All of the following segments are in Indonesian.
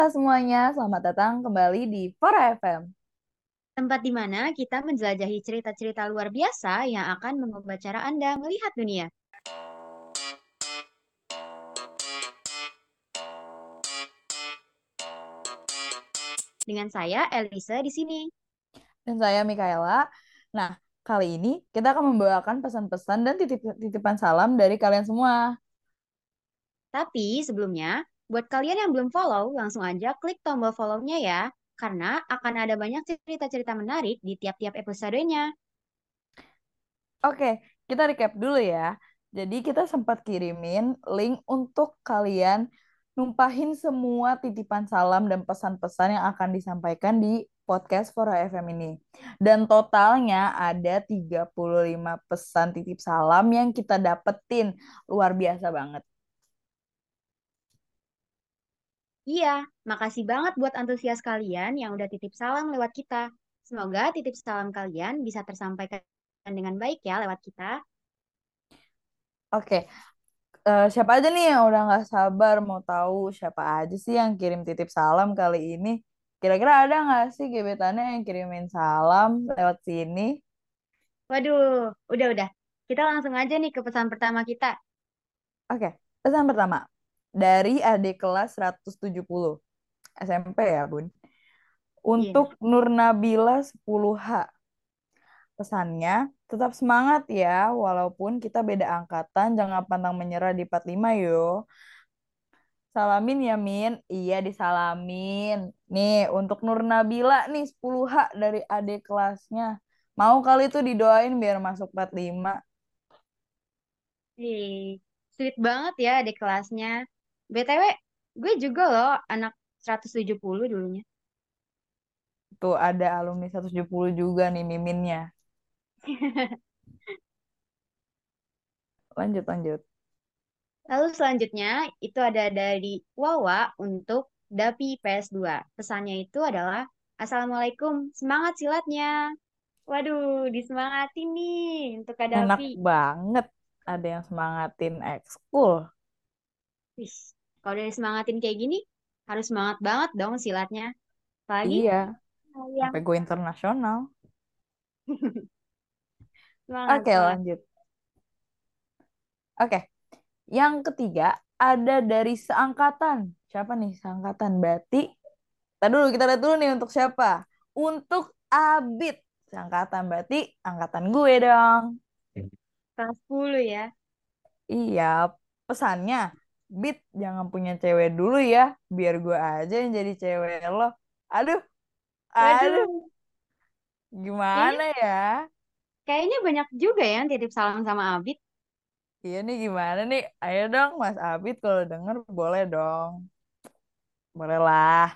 Halo semuanya, selamat datang kembali di Fora FM. Tempat di mana kita menjelajahi cerita-cerita luar biasa yang akan mengubah cara Anda melihat dunia. Dengan saya, Elisa, di sini. Dan saya Mikaela. Nah, kali ini kita akan membawakan pesan-pesan dan titipan salam dari kalian semua. Tapi sebelumnya, buat kalian yang belum follow, langsung aja klik tombol follow-nya ya, karena akan ada banyak cerita-cerita menarik di tiap-tiap episodenya. Oke, kita recap dulu ya. Jadi kita sempat kirimin link untuk kalian numpahin semua titipan salam dan pesan-pesan yang akan disampaikan di podcast Fora FM ini. Dan totalnya ada 35 pesan titip salam yang kita dapetin. Luar biasa banget. Iya, makasih banget buat antusias kalian yang udah titip salam lewat kita. Semoga titip salam kalian bisa tersampaikan dengan baik ya lewat kita. Oke, siapa aja nih yang udah nggak sabar mau tahu siapa aja sih yang kirim titip salam kali ini? Kira-kira ada nggak sih gebetannya yang kirimin salam lewat sini? Waduh, udah. Kita langsung aja nih ke pesan pertama kita. Oke, pesan pertama dari adik kelas 170 SMP ya, Bun. Iya. Untuk Nur Nabila 10H. Pesannya, tetap semangat ya, walaupun kita beda angkatan, jangan pantang menyerah di 45 yo. Salamin ya, Min. Iya, disalamin. Nih, untuk Nur Nabila nih 10H dari adik kelasnya. Mau kali tuh didoain biar masuk 45. Ih, sweet banget ya adik kelasnya. BTW, gue juga loh anak 170 dulunya. Tuh ada alumni 170 juga nih miminnya. Lanjut, lanjut. Lalu selanjutnya itu ada dari Wawa untuk Dapi PS2. Pesannya itu adalah Assalamualaikum, semangat silatnya. Waduh, disemangatin nih untuk Kak Enak Dapi. banget. Ada yang semangatin ekskul. Wih, kalau udah disemangatin kayak gini, harus semangat banget dong silatnya. Apalagi Iya, yang sampai go internasional. semangat, Oke, semangat. lanjut. Oke, yang ketiga ada dari seangkatan. Siapa nih seangkatan? Berarti, tadi dulu kita lihat dulu nih untuk siapa? Untuk Abid. Seangkatan berarti angkatan gue dong. Kelas 10 ya. Iya, pesannya, Bit jangan punya cewek dulu ya, biar gue aja yang jadi cewek lo. Aduh, aduh, Waduh, kayaknya gimana ya? kayaknya banyak juga ya yang titip salam sama Abid. Iya nih gimana nih? Ayo dong Mas Abid kalau denger boleh dong. Boleh lah.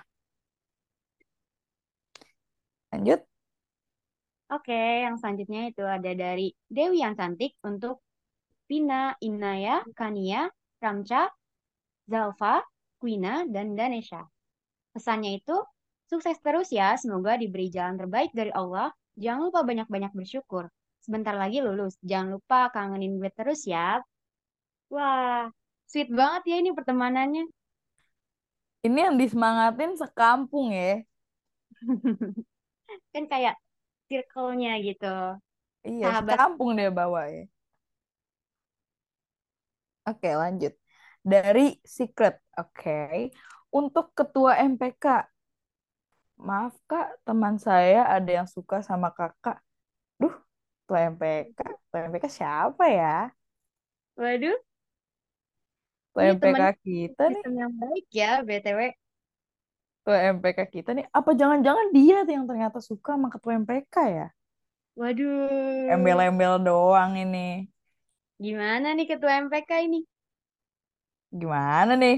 Lanjut. Oke, yang selanjutnya itu ada dari Dewi yang cantik untuk Vina, Inaya, Kania, Ramca, Zalfa, Quina, dan Danesha. Pesannya itu, sukses terus ya, semoga diberi jalan terbaik dari Allah. Jangan lupa banyak-banyak bersyukur. Sebentar lagi lulus, jangan lupa kangenin gue terus ya. Wah, sweet banget ya ini pertemanannya. Ini yang disemangatin sekampung ya. Kan kayak circle-nya gitu. Iya, Sahabat. sekampung dia bawa ya. Oke, lanjut. Dari Secret. Oke. Untuk ketua MPK. Maaf Kak, teman saya ada yang suka sama kakak. Duh, ketua MPK. Ketua MPK siapa ya? Waduh, Ketua ini MPK temen kita nih. sistem yang baik ya, BTW. Ketua MPK kita nih. Apa jangan-jangan dia yang ternyata suka sama ketua MPK ya? Waduh, Embel-embel doang ini. gimana nih ketua MPK ini? Gimana nih?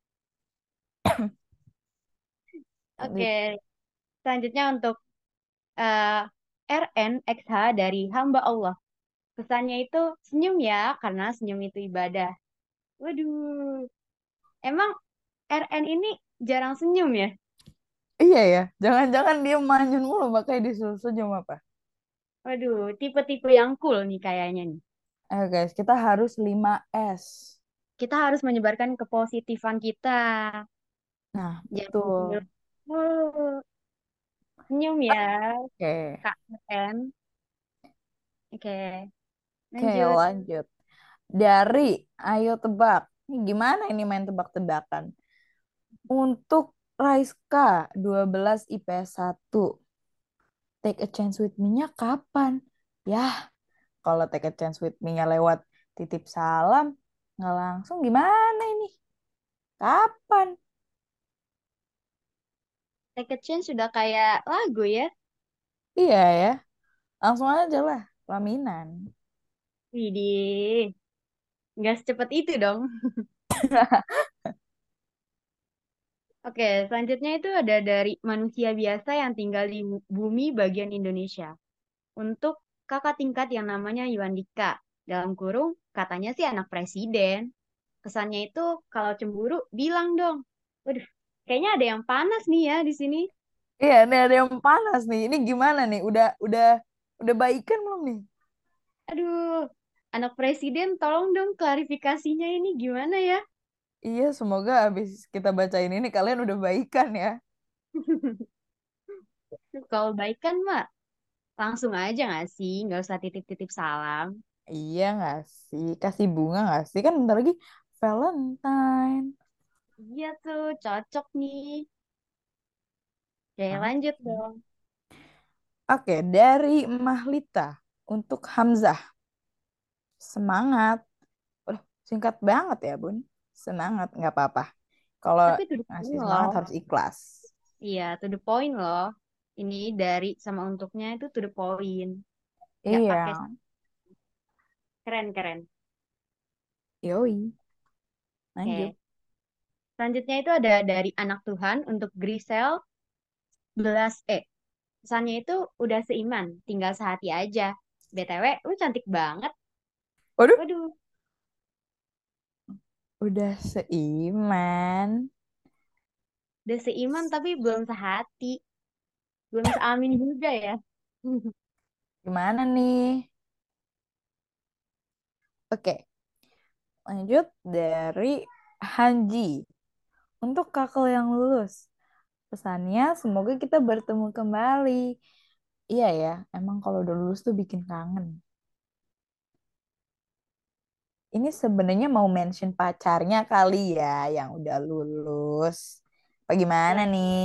Lanjut. Oke, selanjutnya untuk eh, RNXH dari hamba Allah. Pesannya itu senyum ya, karena senyum itu ibadah. Waduh, emang RN ini jarang senyum ya? Iya ya, jangan-jangan dia manyun mulu makanya disuruh senyum apa? Waduh, tipe-tipe yang cool nih kayaknya nih. Ayo guys, kita harus 5S. Kita harus menyebarkan kepositifan kita. Nah, Jangan sambil betul. senyum ya, Oke. Kak N. Oke, Oke, lanjut. lanjut. Dari, ayo tebak. Ini gimana ini main tebak-tebakan? Untuk Raiska 12 IPS 1. Take a chance with me-nya kapan? Yah, kalau take a chance with me-nya lewat titip salam, nggak langsung gimana ini? Kapan? Take a chance sudah kayak lagu ya. Iya ya, langsung aja lah, pelaminan. Widih, nggak secepat itu dong. Oke, selanjutnya itu ada dari manusia biasa yang tinggal di bumi bagian Indonesia. Untuk kakak tingkat yang namanya Yuandika. Dalam kurung, katanya sih anak presiden. Kesannya itu kalau cemburu, bilang dong. Waduh, kayaknya ada yang panas nih ya di sini. Iya, ini ada yang panas nih. Ini gimana nih? Udah baikan belum nih? Aduh, anak presiden tolong dong klarifikasinya ini gimana ya? Iya, semoga habis kita bacain ini kalian udah baikan ya. Kalau baik kan mah langsung aja nggak sih? Nggak usah titip-titip salam. Iya nggak sih? Kasih bunga nggak sih? Kan bentar lagi Valentine. Iya tuh, cocok nih. Oke, Ah. lanjut dong. Oke, dari Mahlita untuk Hamzah. Semangat. Waduh, singkat banget ya, Bun. Semangat, nggak apa-apa. Kalau Tapi to the ngasih point semangat loh. harus ikhlas. Iya, to the point loh. Ini dari sama untuknya itu to the point. Nggak pakai Iya, keren-keren. yoi, lanjut. Oke. Selanjutnya itu ada dari anak Tuhan untuk Grisel belas Pesannya itu udah seiman, tinggal sehati aja. BTW, lu cantik banget. Waduh, Waduh, udah seiman. udah seiman tapi belum sehati. Belum seamin juga ya. Gimana nih? Oke, lanjut dari Hanji. Untuk kakak yang lulus, pesannya semoga kita bertemu kembali. Iya ya, emang kalau udah lulus tuh bikin kangen. Ini sebenarnya mau mention pacarnya kali ya yang udah lulus. Bagaimana Ya, nih?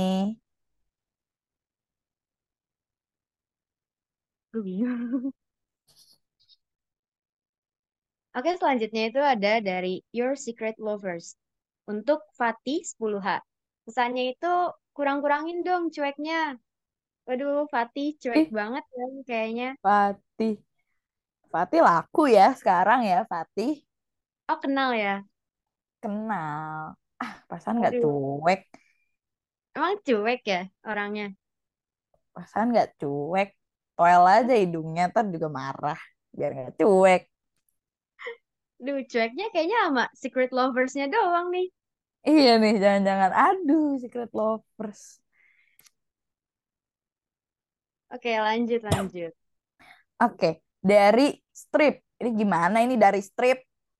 gue bingung. Oke, selanjutnya itu ada dari Your Secret Lovers. Untuk Fatih 10H. Pesannya itu kurang-kurangin dong cueknya. Waduh, Fatih cuek Ih, banget ya kayaknya. Fatih. Fatih laku ya sekarang ya, Fatih. Oh, kenal ya? Kenal. Ah, perasaan nggak Waduh, cuek. emang cuek ya orangnya? Perasaan nggak cuek. Toel aja hidungnya, ntar juga marah. Biar nggak cuek. Duh, cueknya kayaknya sama Secret Lovers-nya doang nih. Iya nih, jangan-jangan. Aduh, secret lovers. Oke, lanjut, lanjut. Oke, dari strip. Ini gimana ini dari strip?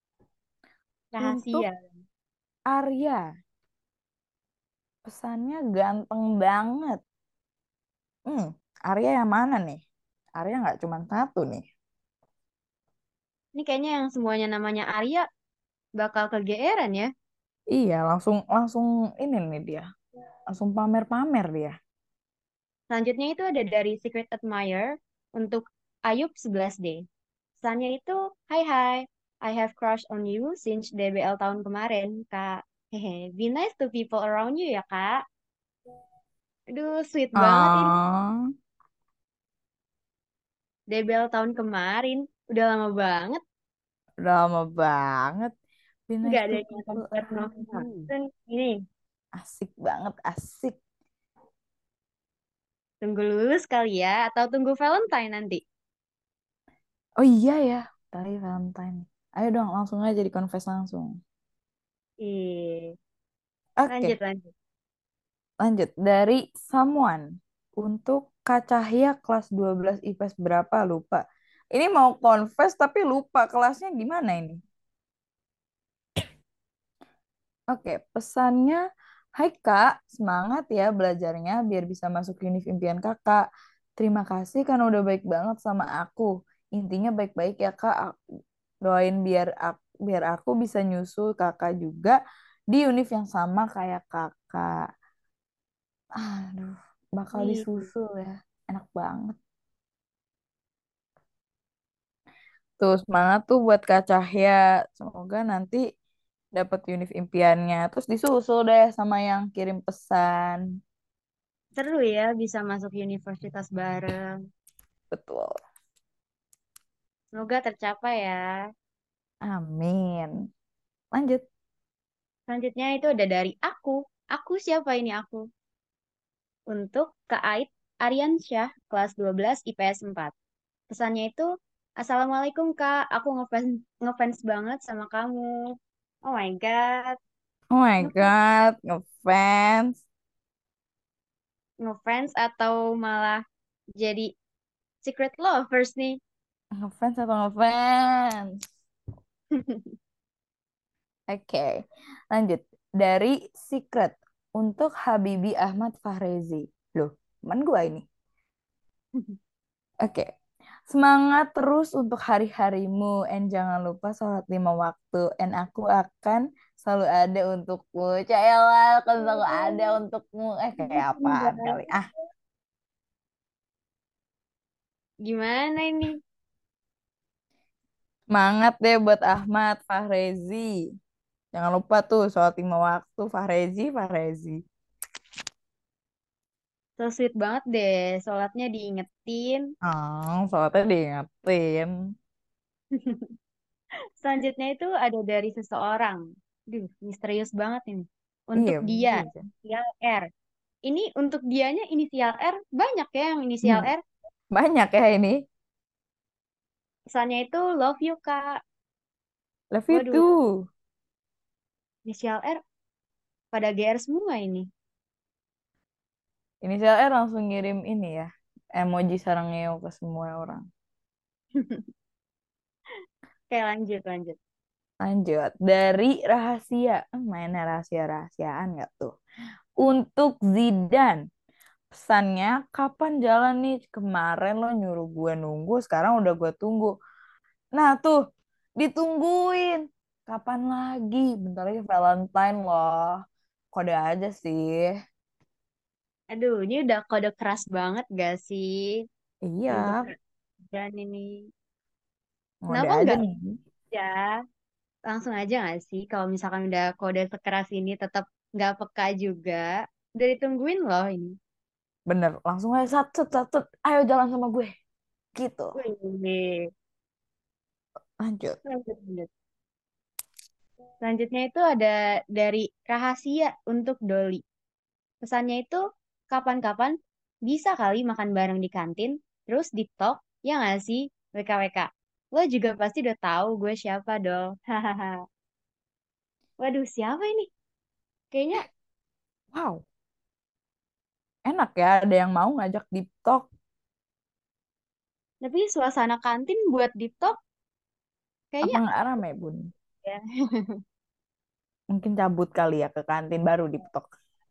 Untuk Rahasia. Arya. Pesannya ganteng banget. Hmm, Arya yang mana nih? Arya nggak cuma satu nih. Ini kayaknya yang semuanya namanya Arya bakal kegeeran ya. Iya, langsung langsung ini nih dia. Langsung pamer-pamer dia. Selanjutnya itu ada dari Secret Admirer untuk Ayub 11D. Pesannya itu, Hai hai, I have crush on you since DBL tahun kemarin, Kak. Hehe, be nice to people around you ya, Kak. Aduh, sweet banget ini. Ah, DBL tahun kemarin, udah lama banget. udah lama banget. Be Nggak nice ada to niatan people buat around you. nonton. Ini, Asik banget, asik. tunggu lulus kali ya, atau tunggu Valentine nanti. Oh iya ya, tadi Valentine. Ayo dong, langsung aja di confess langsung. Ih, lanjut, Oke, lanjut. lanjut. Dari someone. Untuk Kak Cahya kelas 12 IPS berapa lupa. Ini mau confess tapi lupa kelasnya gimana ini. Oke, pesannya Hai Kak, semangat ya belajarnya biar bisa masuk univ impian Kakak. Terima kasih karena udah baik banget sama aku. Intinya baik-baik ya Kak. Doain biar aku bisa nyusul Kakak juga di univ yang sama kayak Kakak. Aduh, bakal Wih, disusul ya. Enak banget. Tuh semangat tuh buat Kak Cahya. Semoga nanti dapat univ impiannya. Terus disusul deh sama yang kirim pesan. seru ya bisa masuk universitas bareng. Betul. Semoga tercapai ya. Amin. Lanjut. Selanjutnya itu ada dari aku. Aku siapa ini aku? Untuk Kak Ait Aryansyah, kelas 12 IPS 4. Pesannya itu, Assalamualaikum Kak, aku ngefans banget sama kamu. Oh my God, Oh my ngefans, God, ngefans. ngefans atau malah jadi secret lovers nih. Ngefans atau ngefans? Oke, lanjut. Dari Secret untuk Habibi Ahmad Fahrezi. Loh, teman gua ini. Oke. Semangat terus untuk hari-harimu. And jangan lupa sholat 5 waktu. And aku akan selalu ada untukmu. Cayalah, akan selalu ada untukmu. Kayak apaan kali. Ah, Gimana ini? semangat deh buat Ahmad Fahrezi. Jangan lupa tuh sholat 5 waktu. Fahrezi, Fahrezi. So sweet banget deh, sholatnya diingetin. Oh, sholatnya diingetin. Selanjutnya itu ada dari seseorang. Duh, misterius banget ini. Untuk Iya, dia, bener aja. inisial R. Ini untuk dianya inisial R, banyak ya yang inisial Hmm, R. banyak ya ini. Pesannya itu love you Kak. Love you Waduh, too. inisial R pada GR semua ini. Inisial R langsung ngirim ini ya. Emoji sarangnya ke semua orang. Oke, lanjut, lanjut. Lanjut. Dari rahasia. Mainnya rahasia-rahasiaan nggak tuh? Untuk Zidan. Pesannya, kapan jalan nih? Kemarin lo nyuruh gue nunggu, sekarang udah gue tunggu. Nah tuh, ditungguin. Kapan lagi? Bentar lagi Valentine loh. Kode aja sih. Aduh, ini udah kode keras banget gak sih Iya, untuk dan ini. ngode Kenapa aja nggak nih. ya langsung aja nggak sih kalau misalkan udah kode sekeras ini tetap nggak peka juga. Udah ditungguin loh ini. Bener, langsung aja sat, sat, sat. Ayo jalan sama gue. Gitu. Wih, Lanjut. lanjut, lanjut. Selanjutnya itu ada dari rahasia untuk Doli. Pesannya itu kapan-kapan bisa kali makan bareng di kantin, terus di talk, ya nggak sih? WKWK. Lo juga pasti udah tahu gue siapa dong. Hahaha. Waduh, siapa ini? Kayaknya, Wow, enak ya. Ada yang mau ngajak deep talk. tapi suasana kantin buat di talk Apa kayaknya nggak rame, Bun? ya. Mungkin cabut kali ya ke kantin baru deep talk.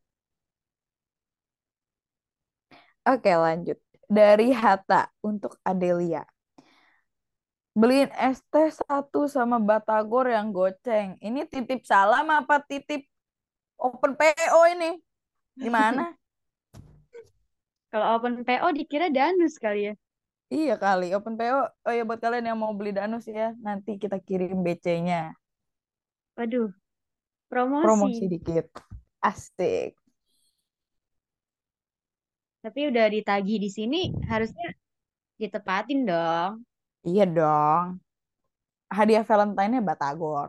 Oke, lanjut. Dari Hatta untuk Adelia. Beliin es teh satu sama Batagor yang goceng. Ini titip salam apa titip open PO ini? Gimana? Kalau open PO dikira danus kali ya. Iya kali, open PO. Oh ya buat kalian yang mau beli danus ya, nanti kita kirim BC-nya. Waduh, promosi. Promosi dikit. Asik. Tapi udah ditagih di sini, harusnya ditepatin dong. Iya dong. Hadiah Valentine-nya Batagor.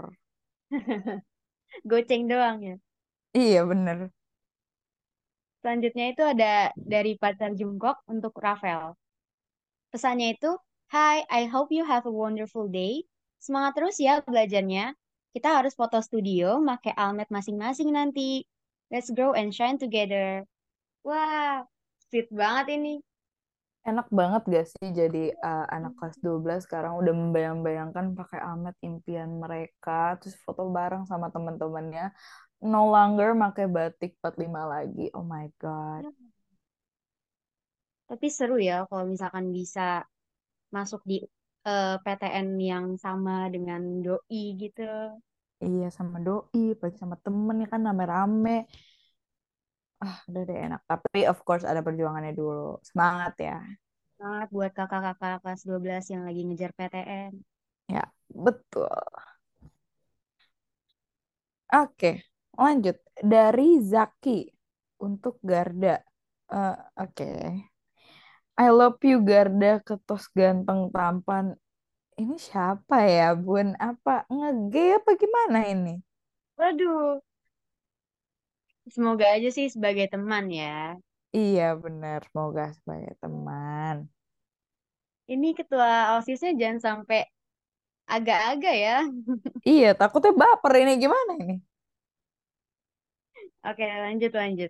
Goceng doang ya. Iya bener. Selanjutnya itu ada dari pacar Jungkook untuk Rafael. Pesannya itu, Hi, I hope you have a wonderful day. Semangat terus ya belajarnya. Kita harus foto studio, pakai almet masing-masing nanti. Let's grow and shine together. Wah, sweet banget ini. Enak banget gak sih jadi anak kelas 12 sekarang udah membayang-bayangkan pakai amet impian mereka, terus foto bareng sama teman-temannya. no longer pakai batik 45 lagi. Oh my God. Tapi seru ya kalau misalkan bisa masuk di PTN yang sama dengan doi gitu. Iya sama doi, apalagi sama temen ya kan rame-rame. Ah, udah deh enak. Tapi of course ada perjuangannya dulu. Semangat ya. Semangat buat kakak-kakak kelas 12 yang lagi ngejar PTN. Ya, betul. Oke, lanjut. Dari Zaki untuk Garda. Oke. I love you Garda, ketos ganteng tampan. Ini siapa ya, Bun? Apa ngegay apa gimana ini? Waduh, semoga aja sih sebagai teman ya. Iya bener, semoga sebagai teman. Ini ketua OSISnya jangan sampai agak-agak ya. Iya, takutnya baper ini gimana ini? Oke, lanjut lanjut.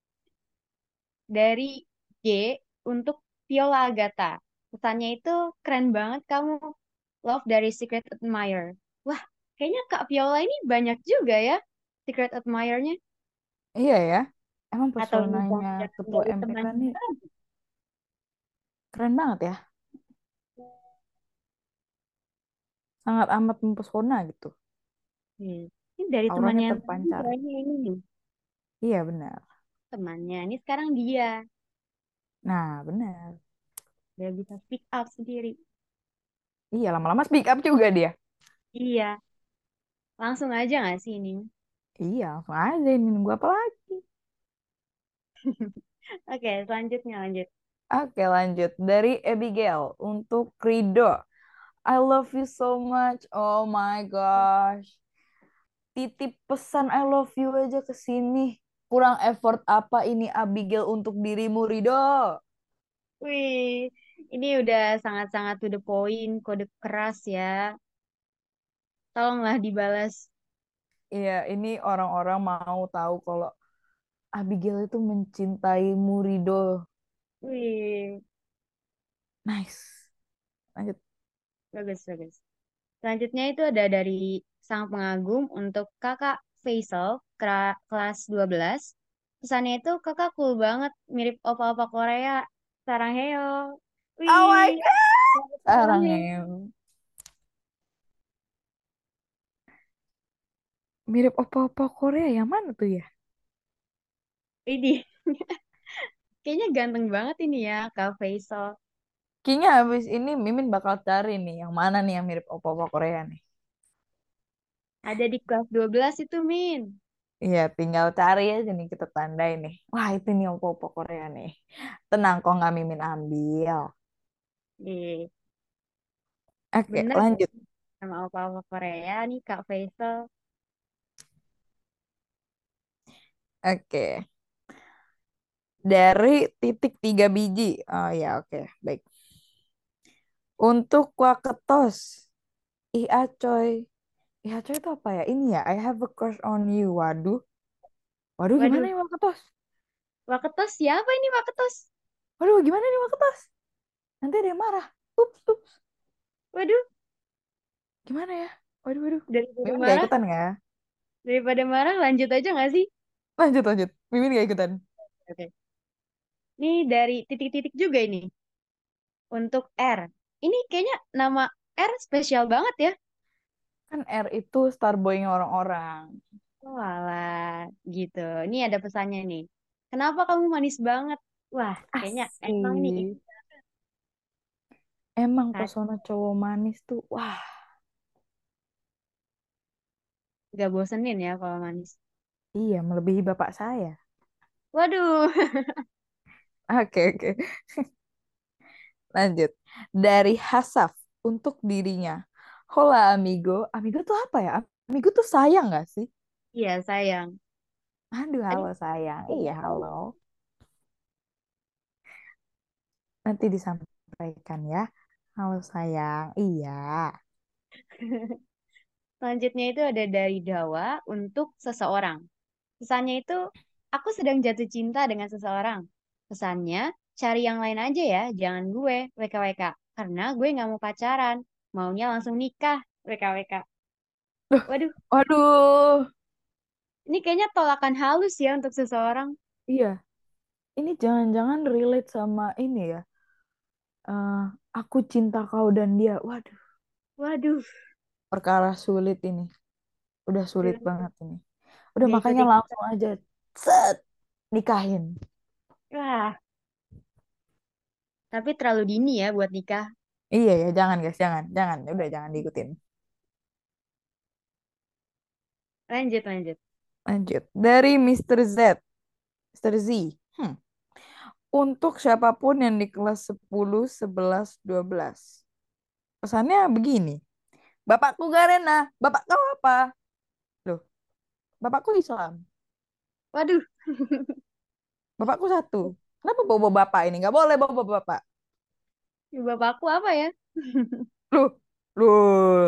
Dari G untuk Viola Agatha. Pesannya itu keren banget kamu. Love dari Secret Admirer. Wah, kayaknya Kak Viola ini banyak juga ya Secret Admirer-nya. Iya ya, emang Atau pesonanya jangan-jangan ketua dari MPK temannya. nih keren banget ya. Sangat amat mempesona gitu. Hmm. Ini dari Auranya temannya yang tadi terpancar. kayaknya ini nih. Iya benar. Temannya. Ini sekarang dia. Nah, benar. Dia bisa speak up sendiri. Iya, lama-lama speak up juga dia. Iya. Langsung aja gak sih ini? Iya, langsung aja ini nunggu apa lagi? Oke, selanjutnya lanjut. Oke, lanjut. Dari Abigail untuk Rido. I love you so much. Oh my gosh. Titip pesan I love you aja ke sini. Kurang effort apa ini Abigail untuk dirimu, Rido? Wih, ini udah sangat-sangat to the point, kode keras ya. Tolonglah dibalas. Iya, ini orang-orang mau tahu kalau Abigail itu mencintaimu, Rido. Wih, Nice. Lanjut. bagus, bagus. Selanjutnya itu ada dari sang pengagum untuk kakak Faisal, kelas 12. Pesannya itu kakak cool banget, mirip opa-opa Korea. Saranghae. Oh my Wih, God. Saranghae. Sarangnya mirip opa-opa Korea yang mana tuh ya? Ini kayaknya ganteng banget ini ya, Kak Faisal. Kayaknya habis ini Mimin bakal cari nih yang mana nih yang mirip opa-opa Korea nih. Ada di kelas 12 itu, Min. Iya, tinggal cari aja nih kita tandai nih. Wah, itu nih opa-opa Korea nih. Tenang kok nggak Mimin ambil. Ih, Oke, bener deh lanjut. sama opa-opa Korea nih, Kak Faisal. Oke. Dari titik 3 biji. Oh ya, oke. Baik. Untuk Waketos. Ih, Acoy. Ih, Acoy itu apa ya? Ini ya, I have a crush on you. Waduh. Waduh, gimana Waduh, nih Waketos? Waketos siapa ini Waketos? Waduh, gimana nih Waketos? Nanti ada yang marah. Ups, ups. Waduh, Gimana ya? Waduh, waduh. daripada Mimin gak marah, ikutan ya? daripada marah lanjut aja nggak sih? Lanjut, lanjut. Mimin gak ikutan. Oke. Ini dari titik-titik juga ini. Untuk R. Ini kayaknya nama R spesial banget ya. Kan R itu starboy-nya orang-orang. Oh, alah, gitu. Ini ada pesannya nih. Kenapa kamu manis banget? Wah, kayaknya emang nih Asik. Emang kan pesona cowok manis tuh. Wah, gak bosenin ya kalau manis. iya melebihi bapak saya. Waduh, Oke, oke. Lanjut. Dari Hasaf untuk dirinya. Hola amigo. Amigo tuh apa ya? Amigo tuh sayang gak sih? iya sayang. Aduh, halo Aduh, sayang. Iya, beda halo. Nanti disampaikan ya. Halo sayang. Iya. Selanjutnya itu ada dari Dawa untuk seseorang. Pesannya itu, aku sedang jatuh cinta dengan seseorang. Pesannya, cari yang lain aja ya, jangan gue, WKWK. Karena gue nggak mau pacaran, maunya langsung nikah, WKWK. Duh, Waduh, waduh. Ini kayaknya tolakan halus ya untuk seseorang. Iya, ini jangan-jangan relate sama ini ya. eh, aku cinta kau dan dia. Waduh, Waduh, perkara sulit ini. Udah sulit sulit. banget ini. Udah Gak makanya ikut-ikutan. langsung aja set nikahin. Wah, tapi terlalu dini ya buat nikah. Iya ya, jangan guys, jangan, jangan. Udah jangan diikutin. Lanjut, lanjut. Lanjut. Dari Mister Z. Mister Z. Hmm. Untuk siapapun yang di kelas 10, 11, 12. Pesannya begini. Bapakku Garena, bapak kau apa? Loh, bapakku Islam. Waduh, Bapakku satu. Kenapa bawa bapak ini? Nggak boleh bawa bapak. bapakku apa ya? Loh, loh.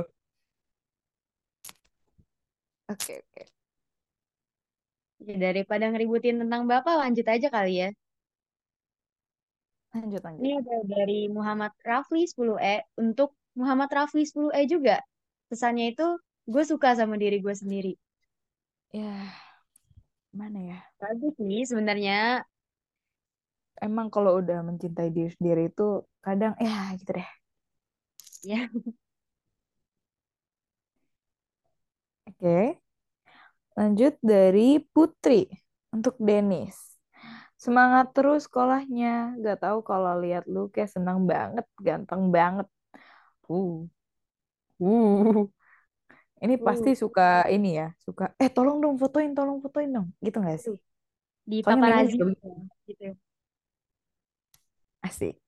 Oke, oke. Ya, daripada ngeributin tentang bapak, lanjut aja kali ya. Lanjut, Ini lanjut. ada dari Muhammad Rafli 10E. Untuk Muhammad Rafli 10E juga. Pesannya itu, gue suka sama diri gue sendiri. Ya, mana ya? Bagus sih sebenarnya. Emang kalau udah mencintai diri sendiri itu kadang ya gitu deh. Ya, Oke. Lanjut dari Putri untuk Denis. Semangat terus sekolahnya. Gak tahu kalau lihat lu kayak senang banget, ganteng banget. Uh, uh. Ini pasti uh, suka ini ya, suka. Tolong fotoin dong. Gitu nggak sih? aduh, di Soalnya meme paparazi juga begitu. gitu. Asik.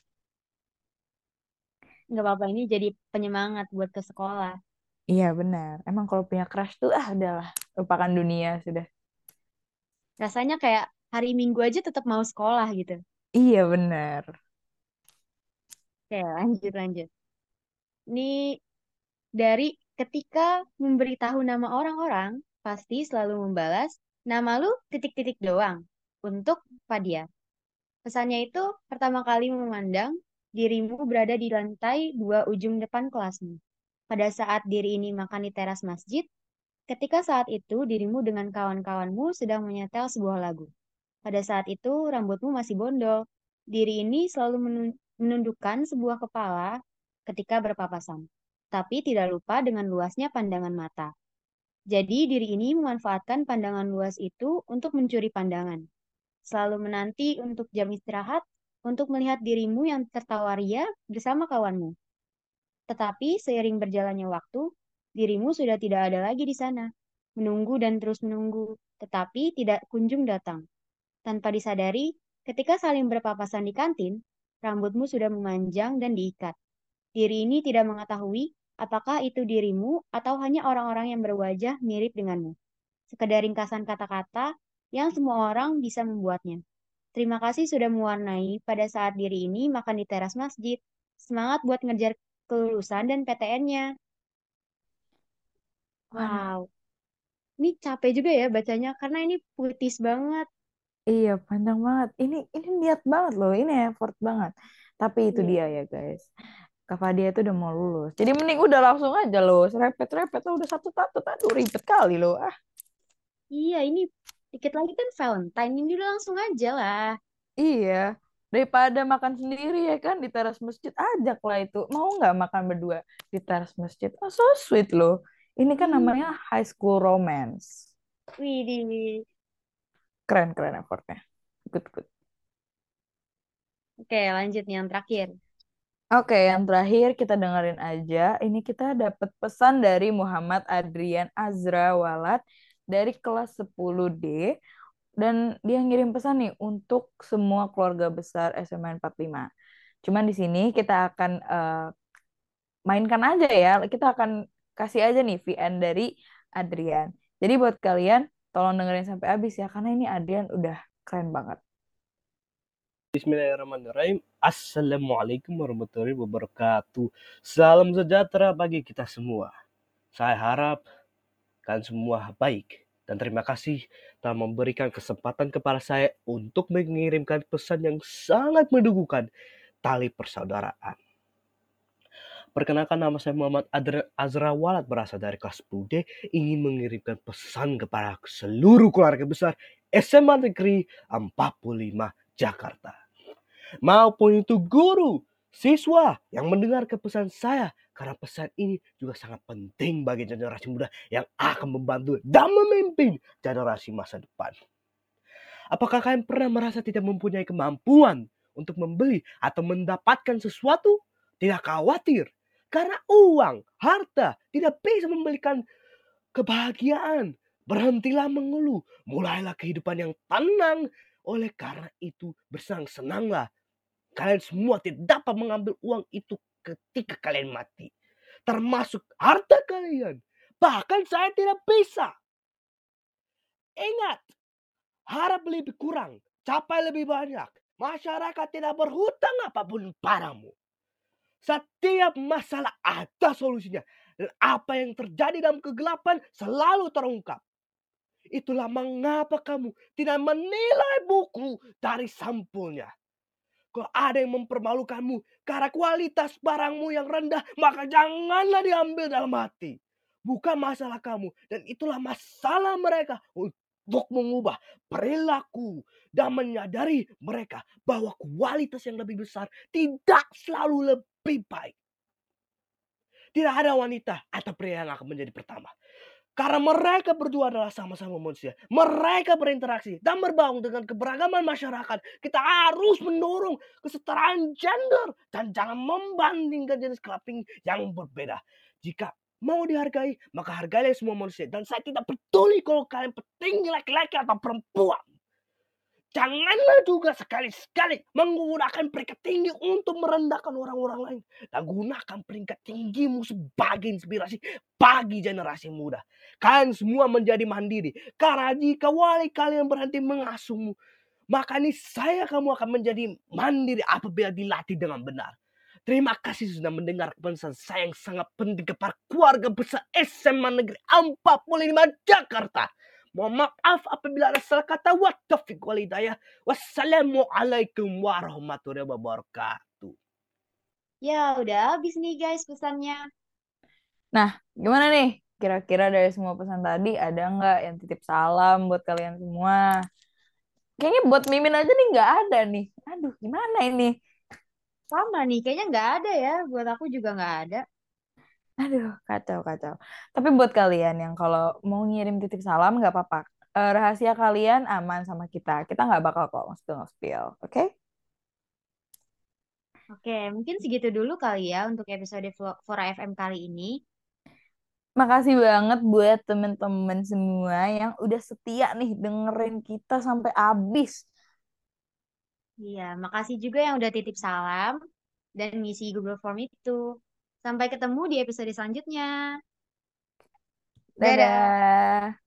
Nggak apa-apa, ini jadi penyemangat buat ke sekolah. Iya benar. Emang kalau punya crush tuh udahlah, lupakan dunia sudah. Rasanya kayak hari Minggu aja tetap mau sekolah gitu. Iya benar. Oke, lanjut, lanjut. Ini dari ketika memberitahu nama orang-orang, pasti selalu membalas, nama lu titik-titik doang. Untuk Fadia. Pesannya itu pertama kali memandang dirimu berada di lantai dua ujung depan kelasmu. Pada saat diri ini makan di teras masjid, ketika saat itu dirimu dengan kawan-kawanmu sedang menyetel sebuah lagu. Pada saat itu rambutmu masih bondol. Diri ini selalu menundukkan sebuah kepala ketika berpapasan, tapi tidak lupa dengan luasnya pandangan mata. Jadi diri ini memanfaatkan pandangan luas itu untuk mencuri pandangan. Selalu menanti untuk jam istirahat untuk melihat dirimu yang tertawa ria bersama kawanmu. Tetapi seiring berjalannya waktu, dirimu sudah tidak ada lagi di sana. Menunggu dan terus menunggu, tetapi tidak kunjung datang. Tanpa disadari, ketika saling berpapasan di kantin, rambutmu sudah memanjang dan diikat. Diri ini tidak mengetahui apakah itu dirimu atau hanya orang-orang yang berwajah mirip denganmu. Sekedar ringkasan kata-kata yang semua orang bisa membuatnya. Terima kasih sudah mewarnai pada saat diri ini makan di teras masjid. Semangat buat ngejar kelulusan dan PTN-nya. Waduh, Wow, ini capek juga ya bacanya karena ini puitis banget. iya panjang banget. Ini niat banget loh, ini effort banget. Tapi itu Iya. dia ya guys. Kak Fadia itu udah mau lulus. Jadi mending udah langsung aja loh. Repet-repet udah satu. Aduh ribet kali loh. Ah, Iya, ini dikit lagi kan Valentine. Ini udah langsung aja lah. iya. Daripada makan sendiri ya kan di teras masjid, ajaklah itu. Mau nggak makan berdua di teras masjid? Oh, so sweet loh. Ini kan namanya Iya. high school romance. Widih. Keren-keren effortnya. Good, good. Oke, lanjut nih yang terakhir. Oke, yang terakhir kita dengerin aja. Ini kita dapat pesan dari Muhammad Adrian Azra Walad dari kelas 10D. Dan dia ngirim pesan nih untuk semua keluarga besar SMA 45. Cuman di sini kita akan mainkan aja ya. Kita akan kasih aja nih VN dari Adrian. Jadi buat kalian tolong dengerin sampai habis ya karena ini Adrian udah keren banget. Bismillahirrahmanirrahim. Assalamualaikum warahmatullahi wabarakatuh. Salam sejahtera bagi kita semua. Saya harap kalian semua baik. Dan terima kasih telah memberikan kesempatan kepada saya untuk mengirimkan pesan yang sangat mendugukan tali persaudaraan. Perkenalkan, nama saya Muhammad Azra Walad, berasal dari kelas 10D, ingin mengirimkan pesan kepada seluruh keluarga besar SMA Negeri 45 Jakarta, maupun itu guru, siswa yang mendengar pesan saya, karena pesan ini juga sangat penting bagi generasi muda yang akan membantu dan memimpin generasi masa depan. Apakah kalian pernah merasa tidak mempunyai kemampuan untuk membeli atau mendapatkan sesuatu? Tidak khawatir, karena uang, harta tidak bisa membelikan kebahagiaan. Berhentilah mengeluh, mulailah kehidupan yang tenang. Oleh karena itu, bersenang-senanglah. Kalian semua tidak dapat mengambil uang itu ketika kalian mati, termasuk harta kalian. Bahkan saya tidak bisa. Ingat, harap lebih kurang, capai lebih banyak. Masyarakat tidak berhutang apapun padamu. Setiap masalah ada solusinya. Dan apa yang terjadi dalam kegelapan selalu terungkap. Itulah mengapa kamu tidak menilai buku dari sampulnya. Kalau ada yang mempermalukanmu karena kualitas barangmu yang rendah, maka janganlah diambil dalam hati. Bukan masalah kamu, dan itulah masalah mereka untuk mengubah perilaku dan menyadari mereka bahwa kualitas yang lebih besar tidak selalu lebih baik. Tidak ada wanita atau pria yang akan menjadi pertama. Karena mereka berdua adalah sama-sama manusia. Mereka berinteraksi dan berbaur dengan keberagaman masyarakat. Kita harus mendorong kesetaraan gender dan jangan membandingkan jenis kelamin yang berbeda. Jika mau dihargai, maka hargailah semua manusia. Dan saya tidak peduli kalau kalian petinggi laki-laki atau perempuan. Janganlah juga sekali-sekali menggunakan peringkat tinggi untuk merendahkan orang-orang lain. Dan gunakan peringkat tinggimu sebagai inspirasi bagi generasi muda. Kalian semua menjadi mandiri. Karena jika wali kalian berhenti mengasuhmu, maka niscaya kamu akan menjadi mandiri apabila dilatih dengan benar. Terima kasih sudah mendengar pesan saya yang sangat penting kepada keluarga besar SMA Negeri 45 Jakarta. Mohon maaf apabila ada salah kata. Wa taufiq wal hidayah. Wassalamualaikum warahmatullahi wabarakatuh. Ya, udah habis nih guys pesannya. Nah, gimana nih? Kira-kira dari semua pesan tadi ada nggak yang titip salam buat kalian semua? Kayaknya buat Mimin aja nih nggak ada nih. Aduh, gimana ini? Sama nih, kayaknya nggak ada ya. Buat aku juga nggak ada. Aduh, kacau, kacau. Tapi buat kalian yang kalau mau ngirim titip salam nggak apa-apa. Rahasia kalian aman sama kita. Kita nggak bakal kok spill, oke? Oke, mungkin segitu dulu kali ya untuk episode Fora FM kali ini. Makasih banget buat temen-temen semua yang udah setia nih dengerin kita sampai habis. Iya, makasih juga yang udah titip salam dan ngisi Google Form itu. Sampai ketemu di episode selanjutnya. Dadah. Dadah.